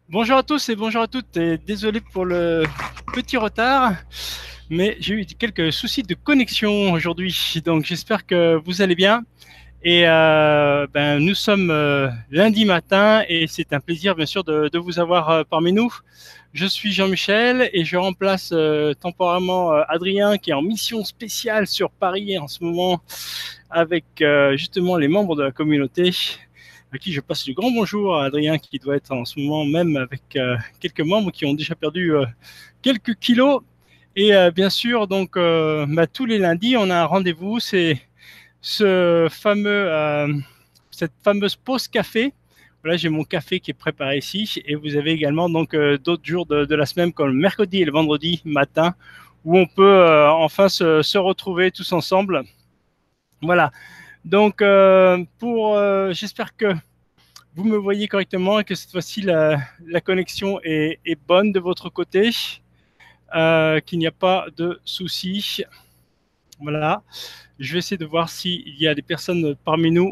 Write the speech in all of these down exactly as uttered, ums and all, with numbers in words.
Bonjour à tous et bonjour à toutes, et désolé pour le petit retard, mais j'ai eu quelques soucis de connexion aujourd'hui, donc j'espère que vous allez bien. Et euh, ben, nous sommes euh, lundi matin et c'est un plaisir bien sûr de, de vous avoir euh, parmi nous. Je suis Jean-Michel et je remplace euh, temporairement euh, Adrien qui est en mission spéciale sur Paris en ce moment avec euh, justement les membres de la communauté à qui je passe le grand bonjour à Adrien qui doit être en ce moment même avec euh, quelques membres qui ont déjà perdu euh, quelques kilos. Et euh, bien sûr, donc euh, bah, tous les lundis, on a un rendez-vous, c'est ce fameux, euh, cette fameuse pause café. Voilà, j'ai mon café qui est préparé ici et vous avez également donc euh, d'autres jours de, de la semaine comme le mercredi et le vendredi matin où on peut euh, enfin se, se retrouver tous ensemble. Voilà. Donc euh, pour, euh, j'espère que vous me voyez correctement et que cette fois-ci la, la connexion est, est bonne de votre côté, euh, qu'il n'y a pas de soucis. Voilà. Je vais essayer de voir s'il y a des personnes parmi nous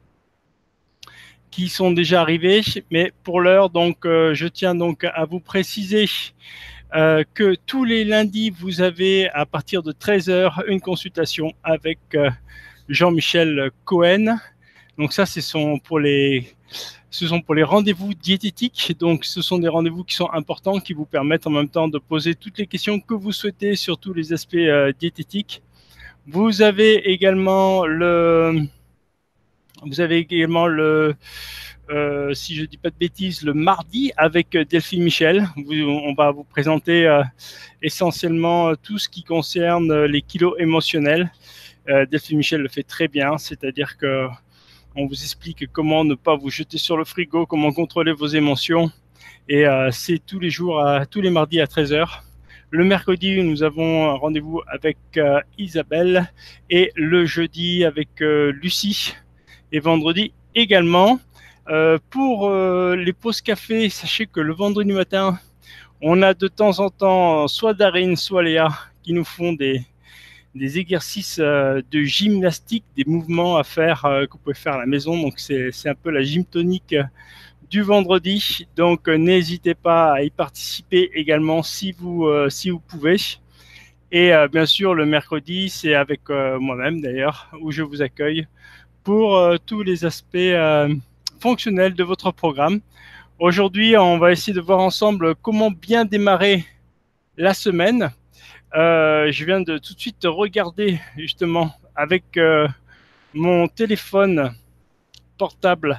qui sont déjà arrivées, mais pour l'heure, donc, euh, je tiens donc à vous préciser euh, que tous les lundis, vous avez à partir de treize heures une consultation avec euh, Jean-Michel Cohen. Donc ça, ce sont pour les, ce sont pour les rendez-vous diététiques. Donc ce sont des rendez-vous qui sont importants, qui vous permettent en même temps de poser toutes les questions que vous souhaitez sur tous les aspects euh, diététiques. Vous avez également le, vous avez également le, euh, si je ne dis pas de bêtises, le mardi avec Delphine Michel. Vous, on va vous présenter euh, essentiellement tout ce qui concerne les kilos émotionnels. Euh, Delphine Michel le fait très bien, c'est-à-dire que on vous explique comment ne pas vous jeter sur le frigo, comment contrôler vos émotions. Et euh, c'est tous les jours, à, tous les mardis à treize heures. Le mercredi, nous avons un rendez-vous avec euh, Isabelle et le jeudi avec euh, Lucie et vendredi également. Euh, pour euh, les pauses café, sachez que le vendredi matin, on a de temps en temps soit Darine, soit Léa qui nous font des, des exercices euh, de gymnastique, des mouvements à faire euh, que vous pouvez faire à la maison. Donc c'est un peu la gym tonique euh, du vendredi. Donc euh, n'hésitez pas à y participer également si vous, euh, si vous pouvez. Et euh, bien sûr, le mercredi, c'est avec euh, moi-même d'ailleurs, où je vous accueille pour euh, tous les aspects euh, fonctionnels de votre programme. Aujourd'hui, on va essayer de voir ensemble comment bien démarrer la semaine. Euh, je viens de tout de suite regarder justement avec euh, mon téléphone portable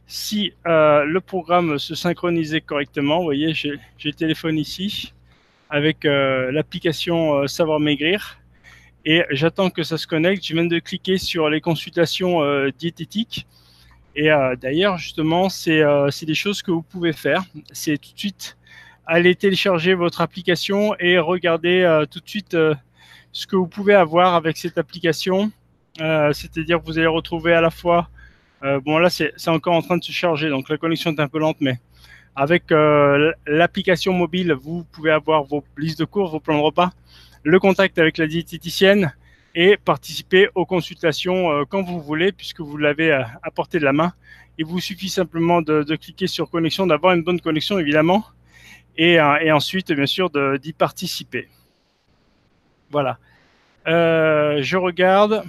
si euh, le programme se synchronisait correctement. Vous voyez, j'ai le téléphone ici avec euh, l'application euh, Savoir Maigrir et j'attends que ça se connecte. Je viens de cliquer sur les consultations euh, diététiques et euh, d'ailleurs, justement, c'est euh, des choses que vous pouvez faire. C'est tout de suite aller télécharger votre application et regarder euh, tout de suite euh, ce que vous pouvez avoir avec cette application. Euh, C'est-à-dire que vous allez retrouver à la fois euh, bon, là, c'est encore en train de se charger, donc la connexion est un peu lente, mais avec euh, l'application mobile, vous pouvez avoir vos listes de cours, vos plans de repas, le contact avec la diététicienne et participer aux consultations euh, quand vous voulez, puisque vous l'avez à, à portée de la main. Il vous suffit simplement de, de cliquer sur connexion, d'avoir une bonne connexion, évidemment, et, euh, et ensuite, bien sûr, d'y participer. Voilà. Euh, je regarde.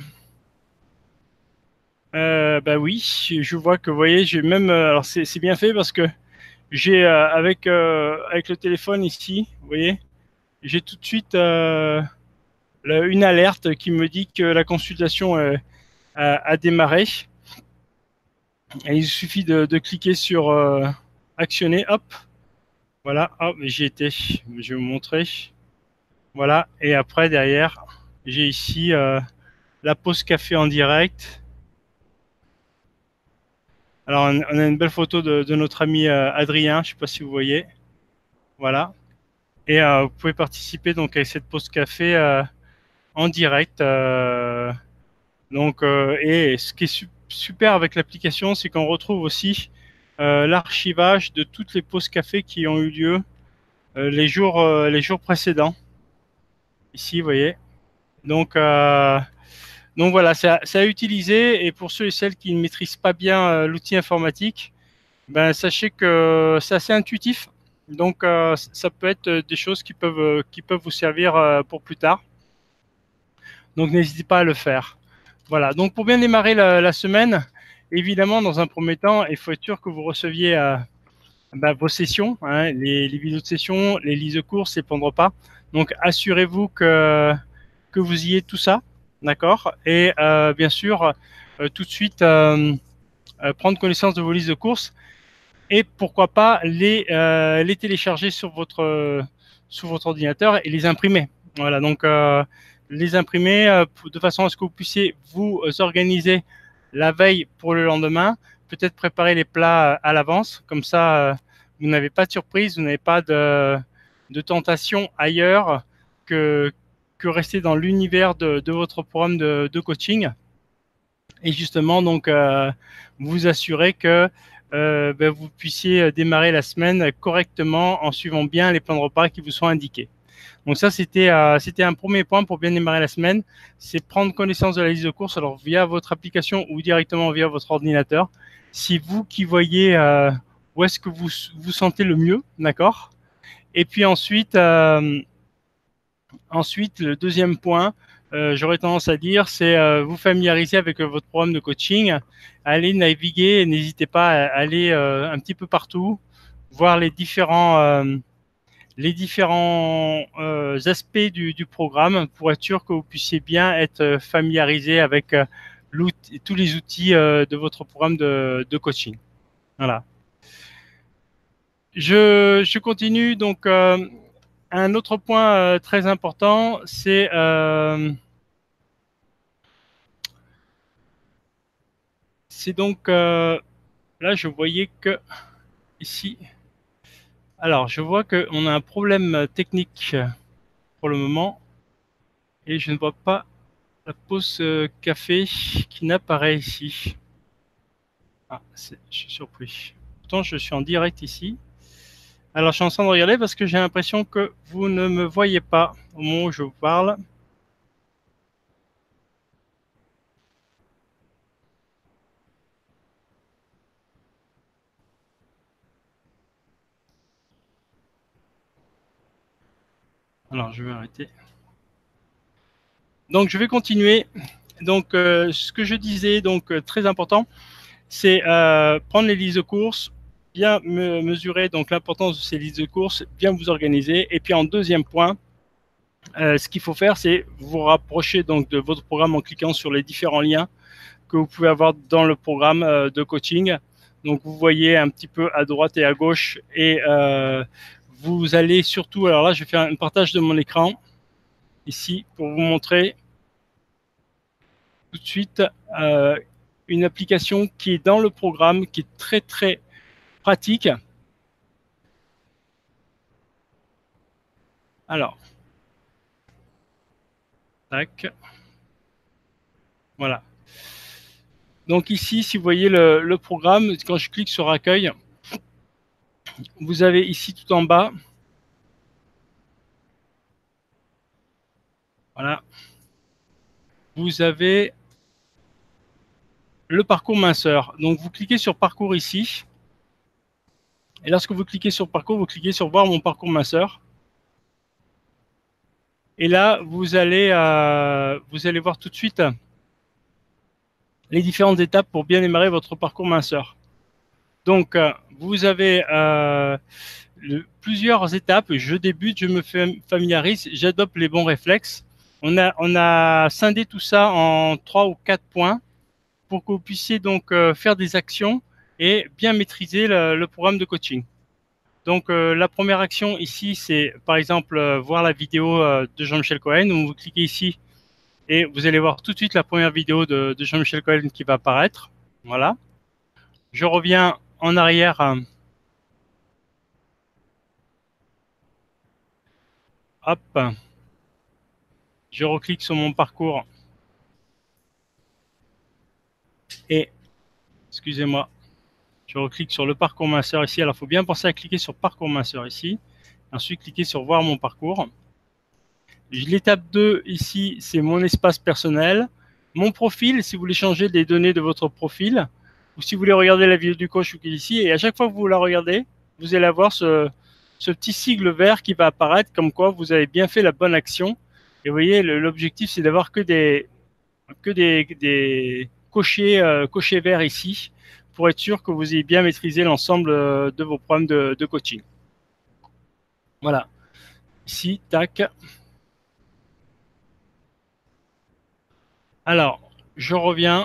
Euh, bah oui, je vois que vous voyez, j'ai même. Euh, alors c'est bien fait parce que j'ai euh, avec euh, avec le téléphone ici, vous voyez, j'ai tout de suite euh, le, une alerte qui me dit que la consultation euh, a, a, démarré. Et il suffit de, de cliquer sur euh, actionner, hop, voilà, hop, j'y étais. Je vais vous montrer. Voilà, et après derrière, j'ai ici euh, la pause café en direct. Alors, on a une belle photo de, de notre ami euh, Adrien, je ne sais pas si vous voyez. Voilà. Et euh, vous pouvez participer donc à cette pause café euh, en direct. Euh, donc, euh, et ce qui est su super avec l'application, c'est qu'on retrouve aussi euh, l'archivage de toutes les pauses café qui ont eu lieu euh, les jours euh, les jours précédents. Ici, vous voyez. Donc, euh, donc voilà, c'est à, à utiliser. Et pour ceux et celles qui ne maîtrisent pas bien euh, l'outil informatique, ben, sachez que c'est assez intuitif. Donc, euh, ça peut être des choses qui peuvent, qui peuvent vous servir euh, pour plus tard. Donc, n'hésitez pas à le faire. Voilà. Donc, pour bien démarrer la, la semaine, évidemment, dans un premier temps, il faut être sûr que vous receviez euh, ben, vos sessions, hein, les, les vidéos de session, les listes de courses, les plans de repas. Donc, assurez-vous que, que vous ayez tout ça. D'accord. Et euh, bien sûr, euh, tout de suite, euh, euh, prendre connaissance de vos listes de courses. Et pourquoi pas les, euh, les télécharger sur votre, euh, sur votre ordinateur et les imprimer. Voilà, donc euh, les imprimer euh, de façon à ce que vous puissiez vous organiser la veille pour le lendemain, peut-être préparer les plats à l'avance, comme ça euh, vous n'avez pas de surprise, vous n'avez pas de, de tentation ailleurs que, que rester dans l'univers de, de votre programme de, de coaching. Et justement, donc, euh, vous assurer que euh, ben, vous puissiez démarrer la semaine correctement en suivant bien les plans de repas qui vous sont indiqués. Donc ça, c'était euh, c'était un premier point pour bien démarrer la semaine, c'est prendre connaissance de la liste de courses, alors via votre application ou directement via votre ordinateur. C'est vous qui voyez euh, où est-ce que vous vous sentez le mieux, d'accord? Et puis ensuite, euh, ensuite, le deuxième point, euh, j'aurais tendance à dire, c'est euh, vous familiariser avec euh, votre programme de coaching, allez naviguer, n'hésitez pas à aller euh, un petit peu partout, voir les différents, euh, les différents euh, aspects du, du programme pour être sûr que vous puissiez bien être familiarisé avec euh, tous les outils euh, de votre programme de, de coaching. Voilà. Je, je continue donc. Euh, un autre point euh, très important, c'est euh, c'est donc euh, là je voyais que ici, alors je vois qu'on a un problème technique pour le moment et je ne vois pas la pause euh, café qui n'apparaît ici. Ah, je suis surpris. Pourtant je suis en direct ici. Alors je suis en train de regarder parce que j'ai l'impression que vous ne me voyez pas au moment où je vous parle. Alors je vais arrêter. Donc je vais continuer. Donc euh, ce que je disais, donc euh, très important, c'est euh, prendre les listes de courses, bien me mesurer donc l'importance de ces listes de courses, bien vous organiser. Et puis en deuxième point, euh, ce qu'il faut faire, c'est vous rapprocher donc de votre programme en cliquant sur les différents liens que vous pouvez avoir dans le programme euh, de coaching. Donc vous voyez un petit peu à droite et à gauche et euh, vous allez surtout, alors là je vais faire un partage de mon écran ici pour vous montrer tout de suite euh, une application qui est dans le programme, qui est très très pratique. Alors, tac, voilà. Donc ici, si vous voyez le, le programme, quand je clique sur accueil, vous avez ici tout en bas, voilà, vous avez le parcours minceur. Donc vous cliquez sur parcours ici, et lorsque vous cliquez sur parcours, vous cliquez sur voir mon parcours minceur. Et là, vous allez, euh, vous allez voir tout de suite les différentes étapes pour bien démarrer votre parcours minceur. Donc, euh, vous avez euh, le, plusieurs étapes. Je débute, je me familiarise, j'adopte les bons réflexes. On a, on a scindé tout ça en trois ou quatre points pour que vous puissiez donc euh, faire des actions et bien maîtriser le, le programme de coaching. Donc, euh, la première action ici, c'est par exemple euh, voir la vidéo euh, de Jean-Michel Cohen. Donc, vous cliquez ici et vous allez voir tout de suite la première vidéo de, de Jean-Michel Cohen qui va apparaître. Voilà. Je reviens en arrière. Euh, hop. Je reclique sur mon parcours. Et, excusez-moi, je reclique sur le parcours minceur ici. Alors, il faut bien penser à cliquer sur parcours minceur ici. Ensuite, cliquez sur voir mon parcours. L'étape deux ici, c'est mon espace personnel. Mon profil, si vous voulez changer les données de votre profil, ou si vous voulez regarder la vidéo du coach qui est ici, et à chaque fois que vous la regardez, vous allez avoir ce, ce petit sigle vert qui va apparaître comme quoi vous avez bien fait la bonne action. Et vous voyez, l'objectif, c'est d'avoir que des, que des, des cochers, euh, cochers verts ici pour être sûr que vous ayez bien maîtrisé l'ensemble de vos programmes de, de coaching. Voilà. Ici, tac. Alors, je reviens.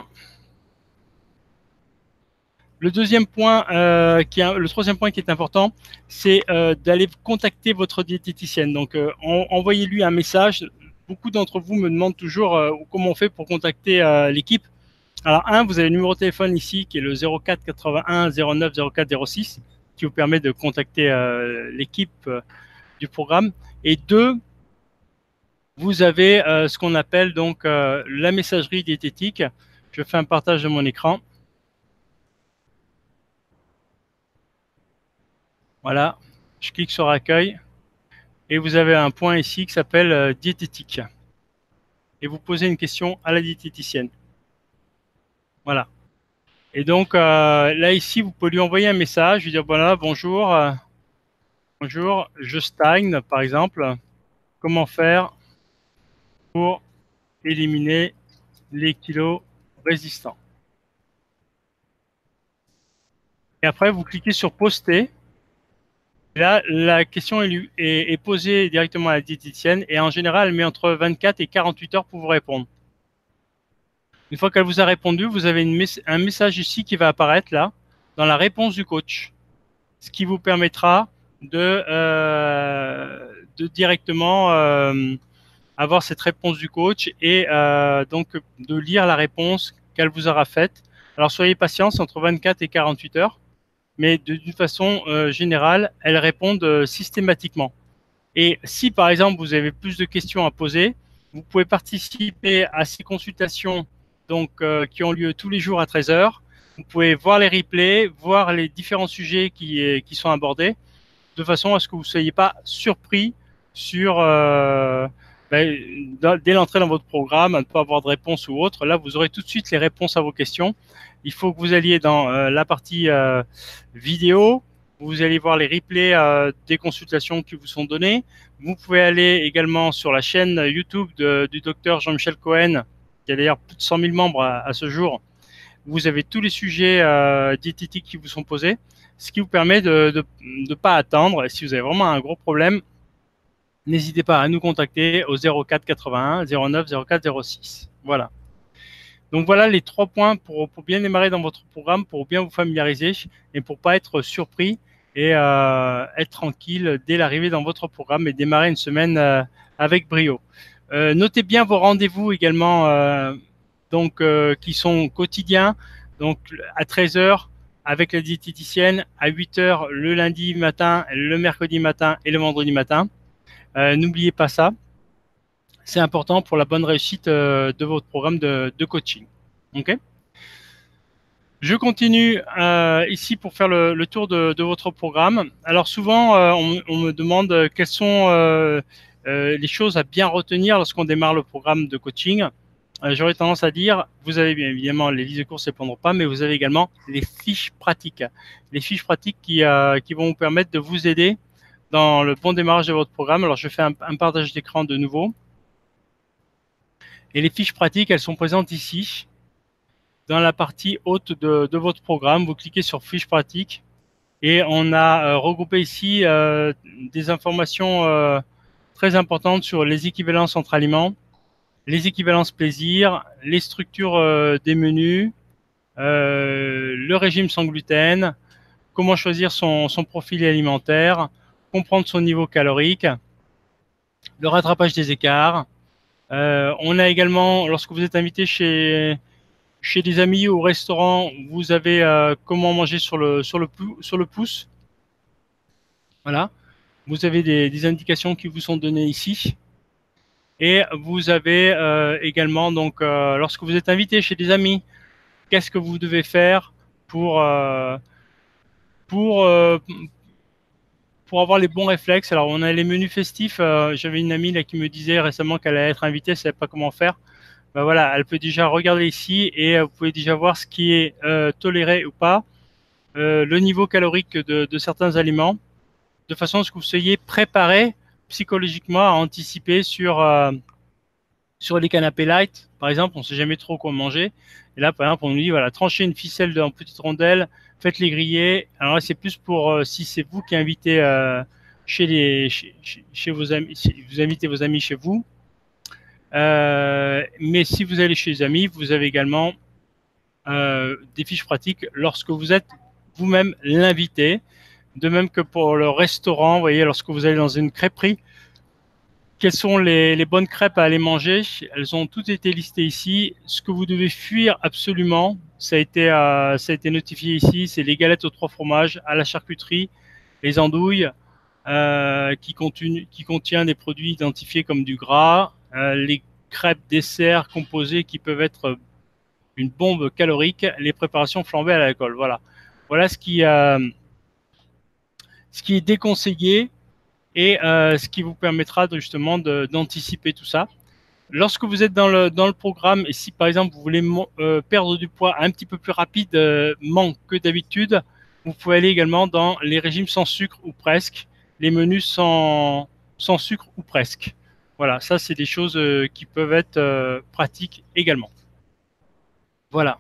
Le deuxième point, euh, qui est, le troisième point qui est important, c'est euh, d'aller contacter votre diététicienne. Donc, euh, en, envoyez-lui un message. Beaucoup d'entre vous me demandent toujours euh, comment on fait pour contacter euh, l'équipe. Alors, un, vous avez le numéro de téléphone ici qui est le zéro quatre quatre-vingt-un zéro neuf zéro quatre zéro six qui vous permet de contacter euh, l'équipe euh, du programme. Et deux, vous avez euh, ce qu'on appelle donc euh, la messagerie diététique. Je fais un partage de mon écran. Voilà, je clique sur accueil et vous avez un point ici qui s'appelle euh, diététique. Et vous posez une question à la diététicienne. Voilà. Et donc euh, là ici, vous pouvez lui envoyer un message, lui dire voilà, bonjour, euh, bonjour, je stagne par exemple. Comment faire pour éliminer les kilos résistants? Et après, vous cliquez sur poster. Et là, la question est, est, est posée directement à la diététicienne et en général, elle met entre vingt-quatre et quarante-huit heures pour vous répondre. Une fois qu'elle vous a répondu, vous avez une mes un message ici qui va apparaître là, dans la réponse du coach, ce qui vous permettra de, euh, de directement euh, avoir cette réponse du coach et euh, donc de lire la réponse qu'elle vous aura faite. Alors soyez patient, c'est entre vingt-quatre et quarante-huit heures, mais d'une façon euh, générale, elles répondent euh, systématiquement. Et si par exemple vous avez plus de questions à poser, vous pouvez participer à ces consultations donc, euh, qui ont lieu tous les jours à treize heures. Vous pouvez voir les replays, voir les différents sujets qui, qui sont abordés, de façon à ce que vous ne soyez pas surpris sur, euh, ben, dès l'entrée dans votre programme, à ne pas avoir de réponse ou autre. Là, vous aurez tout de suite les réponses à vos questions. Il faut que vous alliez dans euh, la partie euh, vidéo. Vous allez voir les replays euh, des consultations qui vous sont données. Vous pouvez aller également sur la chaîne YouTube de, du docteur Jean-Michel Cohen, qui a d'ailleurs plus de cent mille membres à, à ce jour. Vous avez tous les sujets euh, diététiques qui vous sont posés, ce qui vous permet de ne pas attendre. Et si vous avez vraiment un gros problème, n'hésitez pas à nous contacter au zéro quatre quatre-vingt-un zéro neuf zéro quatre zéro six. Voilà. Donc voilà les trois points pour, pour bien démarrer dans votre programme, pour bien vous familiariser et pour pas être surpris et euh, être tranquille dès l'arrivée dans votre programme et démarrer une semaine euh, avec brio. Euh, notez bien vos rendez-vous également euh, donc, euh, qui sont quotidiens, donc à treize heures avec la diététicienne, à huit heures le lundi matin, le mercredi matin et le vendredi matin. Euh, N'oubliez pas ça. C'est important pour la bonne réussite euh, de votre programme de, de coaching. Okay, je continue euh, ici pour faire le, le tour de, de votre programme. Alors souvent, euh, on, on me demande quelles sont euh, euh, les choses à bien retenir lorsqu'on démarre le programme de coaching. Euh, J'aurais tendance à dire, vous avez bien évidemment les listes de cours, ne répondront pas, mais vous avez également les fiches pratiques. Les fiches pratiques qui, euh, qui vont vous permettre de vous aider dans le bon démarrage de votre programme. Alors je fais un, un partage d'écran de nouveau. Et les fiches pratiques, elles sont présentes ici, dans la partie haute de, de votre programme. Vous cliquez sur fiches pratiques et on a euh, regroupé ici euh, des informations euh, très importantes sur les équivalences entre aliments, les équivalences plaisir, les structures euh, des menus, euh, le régime sans gluten, comment choisir son, son profil alimentaire, comprendre son niveau calorique, le rattrapage des écarts. Euh, on a également, lorsque vous êtes invité chez, chez des amis ou au restaurant, vous avez euh, comment manger sur le, sur le, sur le pouce. Voilà. Vous avez des, des indications qui vous sont données ici. Et vous avez euh, également, donc, euh, lorsque vous êtes invité chez des amis, qu'est-ce que vous devez faire pour, euh, pour, euh, pour avoir les bons réflexes. Alors, on a les menus festifs. Euh, J'avais une amie là, qui me disait récemment qu'elle allait être invitée, elle ne savait pas comment faire. ben voilà, elle peut déjà regarder ici et vous pouvez déjà voir ce qui est euh, toléré ou pas, euh, le niveau calorique de, de certains aliments, de façon à ce que vous soyez préparé psychologiquement à anticiper sur, euh, sur les canapés light. Par exemple, on ne sait jamais trop quoi manger. Et là, par exemple, on nous dit, voilà, tranchez une ficelle en petites rondelles, faites-les griller. Alors là, c'est plus pour euh, si c'est vous qui invitez euh, chez, les, chez, chez vos amis, si vous invitez vos amis chez vous. Euh, mais si vous allez chez les amis, vous avez également euh, des fiches pratiques lorsque vous êtes vous-même l'invité. De même que pour le restaurant, vous voyez, lorsque vous allez dans une crêperie, quelles sont les, les bonnes crêpes à aller manger? Elles ont toutes été listées ici. Ce que vous devez fuir absolument, ça a été, euh, ça a été notifié ici, c'est les galettes aux trois fromages, à la charcuterie, les andouilles, euh, qui, contient, qui contient des produits identifiés comme du gras, euh, les crêpes desserts composés qui peuvent être une bombe calorique, les préparations flambées à l'alcool. Voilà, voilà ce qui, euh, ce qui est déconseillé et euh, ce qui vous permettra de, justement d'anticiper tout ça. Lorsque vous êtes dans le, dans le programme, et si par exemple vous voulez euh, perdre du poids un petit peu plus rapidement que d'habitude, vous pouvez aller également dans les régimes sans sucre ou presque, les menus sans, sans sucre ou presque. Voilà, ça c'est des choses euh, qui peuvent être euh, pratiques également. Voilà.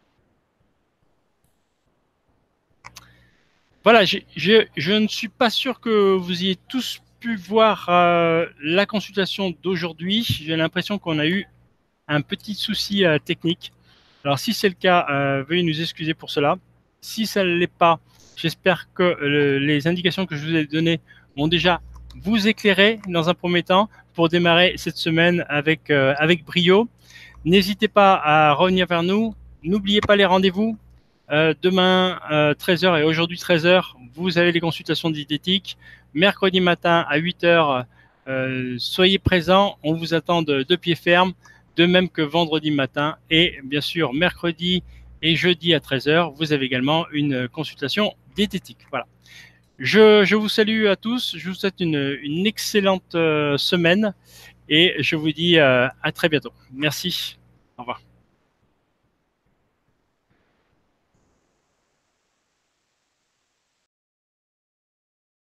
Voilà, je, je, je ne suis pas sûr que vous ayez tous pu voir euh, la consultation d'aujourd'hui. J'ai l'impression qu'on a eu un petit souci euh, technique. Alors si c'est le cas, euh, veuillez nous excuser pour cela. Si ça ne l'est pas, j'espère que euh, les indications que je vous ai données vont déjà vous éclairer dans un premier temps pour démarrer cette semaine avec, euh, avec brio. N'hésitez pas à revenir vers nous. N'oubliez pas les rendez-vous. Euh, demain, euh, treize heures et aujourd'hui treize heures, vous avez les consultations diététiques. Mercredi matin à huit heures, euh, soyez présents. On vous attend de, de pied ferme, de même que vendredi matin. Et bien sûr, mercredi et jeudi à treize heures, vous avez également une consultation diététique. Voilà. Je, je vous salue à tous. Je vous souhaite une, une excellente euh, semaine et je vous dis euh, à très bientôt. Merci. Au revoir.